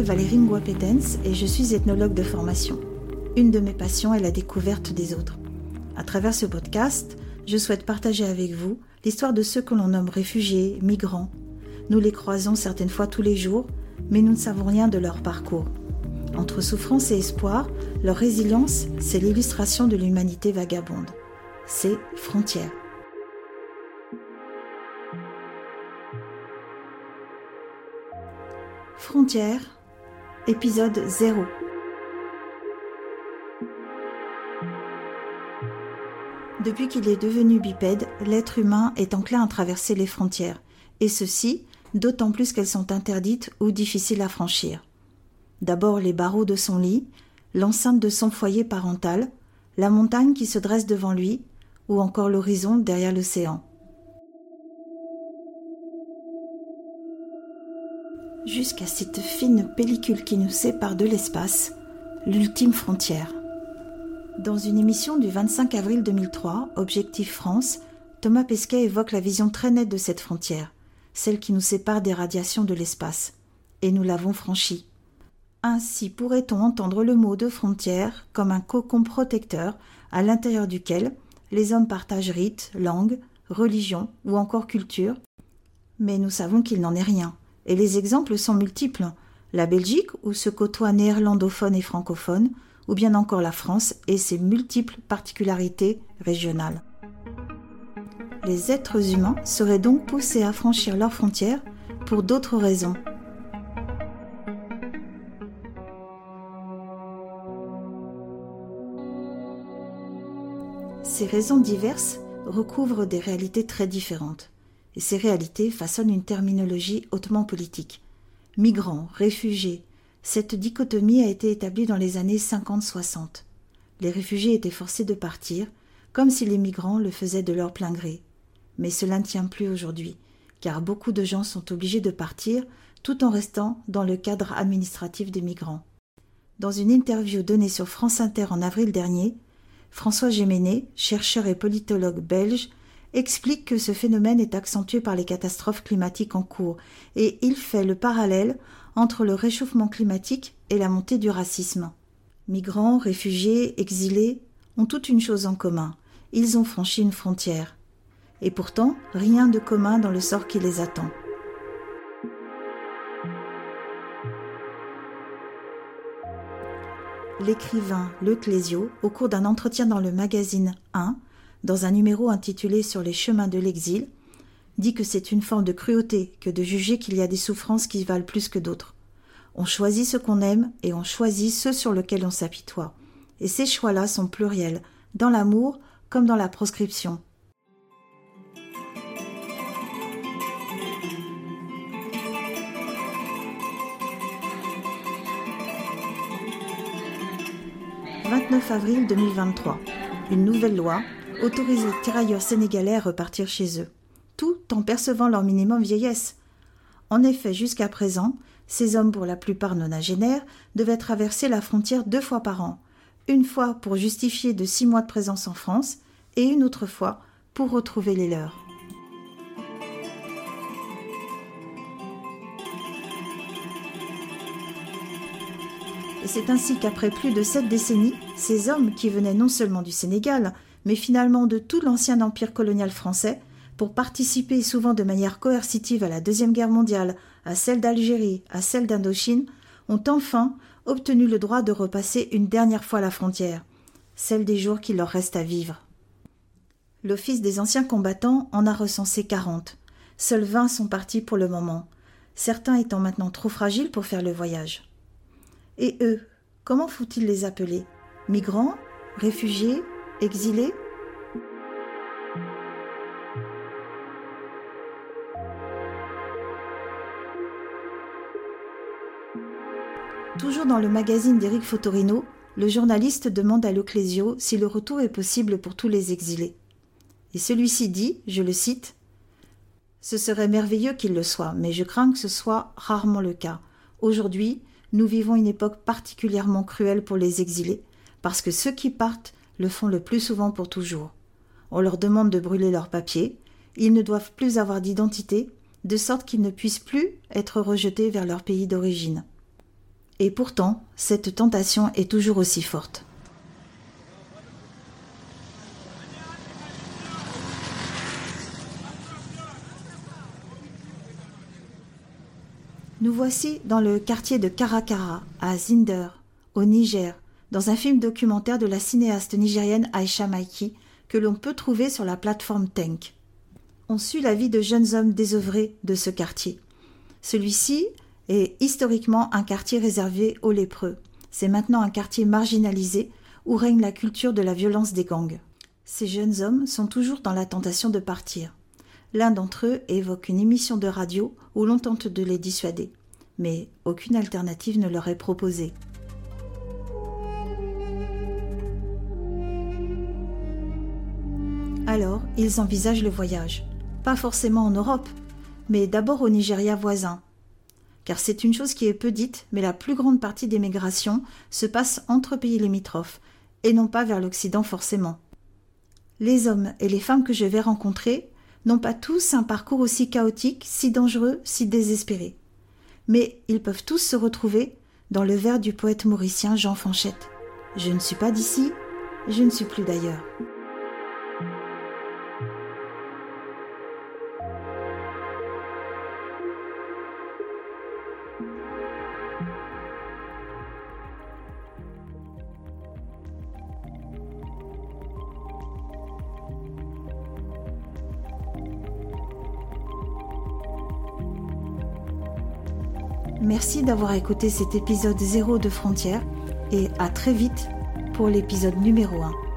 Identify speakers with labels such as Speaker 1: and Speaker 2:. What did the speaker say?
Speaker 1: m'appelle Valérie Ngouapetens et je suis ethnologue de formation. Une de mes passions est la découverte des autres. À travers ce podcast, je souhaite partager avec vous l'histoire de ceux que l'on nomme réfugiés, migrants. Nous les croisons certaines fois tous les jours, mais nous ne savons rien de leur parcours. Entre souffrance et espoir, leur résilience, c'est l'illustration de l'humanité vagabonde. C'est Frontières. Frontières, épisode 0. Depuis qu'il est devenu bipède, l'être humain est enclin à traverser les frontières, et ceci, d'autant plus qu'elles sont interdites ou difficiles à franchir. D'abord les barreaux de son lit, l'enceinte de son foyer parental, la montagne qui se dresse devant lui, ou encore l'horizon derrière l'océan. Jusqu'à cette fine pellicule qui nous sépare de l'espace, l'ultime frontière. Dans une émission du 25 avril 2003, Objectif France, Thomas Pesquet évoque la vision très nette de cette frontière, celle qui nous sépare des radiations de l'espace. Et nous l'avons franchie. Ainsi pourrait-on entendre le mot de frontière comme un cocon protecteur à l'intérieur duquel les hommes partagent rites, langues, religions ou encore culture. Mais nous savons qu'il n'en est rien. Et les exemples sont multiples. La Belgique, où se côtoient néerlandophones et francophones, ou bien encore la France et ses multiples particularités régionales. Les êtres humains seraient donc poussés à franchir leurs frontières pour d'autres raisons. Ces raisons diverses recouvrent des réalités très différentes. Et ces réalités façonnent une terminologie hautement politique. Migrants, réfugiés, cette dichotomie a été établie dans les années 50-60. Les réfugiés étaient forcés de partir, comme si les migrants le faisaient de leur plein gré. Mais cela ne tient plus aujourd'hui, car beaucoup de gens sont obligés de partir tout en restant dans le cadre administratif des migrants. Dans une interview donnée sur France Inter en avril dernier, François Gémenet, chercheur et politologue belge, explique que ce phénomène est accentué par les catastrophes climatiques en cours et il fait le parallèle entre le réchauffement climatique et la montée du racisme. Migrants, réfugiés, exilés ont toute une chose en commun, ils ont franchi une frontière. Et pourtant, rien de commun dans le sort qui les attend. L'écrivain Le Clésio, au cours d'un entretien dans le magazine 1, dans un numéro intitulé « Sur les chemins de l'exil », dit que c'est une forme de cruauté que de juger qu'il y a des souffrances qui valent plus que d'autres. On choisit ce qu'on aime et on choisit ceux sur lesquels on s'apitoie. Et ces choix-là sont pluriels, dans l'amour comme dans la proscription. « 29 avril 2023. Une nouvelle loi autorise les tirailleurs sénégalais à repartir chez eux, tout en percevant leur minimum vieillesse. En effet, jusqu'à présent, ces hommes, pour la plupart nonagénaires, devaient traverser la frontière 2 fois par an, une fois pour justifier de 6 mois de présence en France et une autre fois pour retrouver les leurs. Et c'est ainsi qu'après plus de 7 décennies, ces hommes qui venaient non seulement du Sénégal, mais finalement de tout l'ancien empire colonial français, pour participer souvent de manière coercitive à la Deuxième Guerre mondiale, à celle d'Algérie, à celle d'Indochine, ont enfin obtenu le droit de repasser une dernière fois la frontière, celle des jours qu'il leur reste à vivre. L'Office des anciens combattants en a recensé 40. Seuls 20 sont partis pour le moment, certains étant maintenant trop fragiles pour faire le voyage. Et eux, comment faut-il les appeler ? Migrants ? Réfugiés ? Exilés ? Toujours dans le magazine d'Éric Fotorino, le journaliste demande à Le Clésio si le retour est possible pour tous les exilés. Et celui-ci dit, je le cite, « Ce serait merveilleux qu'il le soit, mais je crains que ce soit rarement le cas. Aujourd'hui, nous vivons une époque particulièrement cruelle pour les exilés, parce que ceux qui partent le font le plus souvent pour toujours. On leur demande de brûler leurs papiers, ils ne doivent plus avoir d'identité, de sorte qu'ils ne puissent plus être rejetés vers leur pays d'origine. » Et pourtant, cette tentation est toujours aussi forte. Nous voici dans le quartier de Karakara, à Zinder, au Niger, dans un film documentaire de la cinéaste nigérienne Aisha Maiki que l'on peut trouver sur la plateforme Tenk. On suit la vie de jeunes hommes désœuvrés de ce quartier. Celui-ci est historiquement un quartier réservé aux lépreux. C'est maintenant un quartier marginalisé où règne la culture de la violence des gangs. Ces jeunes hommes sont toujours dans la tentation de partir. L'un d'entre eux évoque une émission de radio où l'on tente de les dissuader, mais aucune alternative ne leur est proposée. Alors, ils envisagent le voyage. Pas forcément en Europe, mais d'abord au Nigeria voisin. Car c'est une chose qui est peu dite, mais la plus grande partie des migrations se passe entre pays limitrophes, et non pas vers l'Occident forcément. Les hommes et les femmes que je vais rencontrer n'ont pas tous un parcours aussi chaotique, si dangereux, si désespéré. Mais ils peuvent tous se retrouver dans le vers du poète mauricien Jean Fanchette. Je ne suis pas d'ici, je ne suis plus d'ailleurs. Merci d'avoir écouté cet épisode 0 de Frontières et à très vite pour l'épisode numéro 1.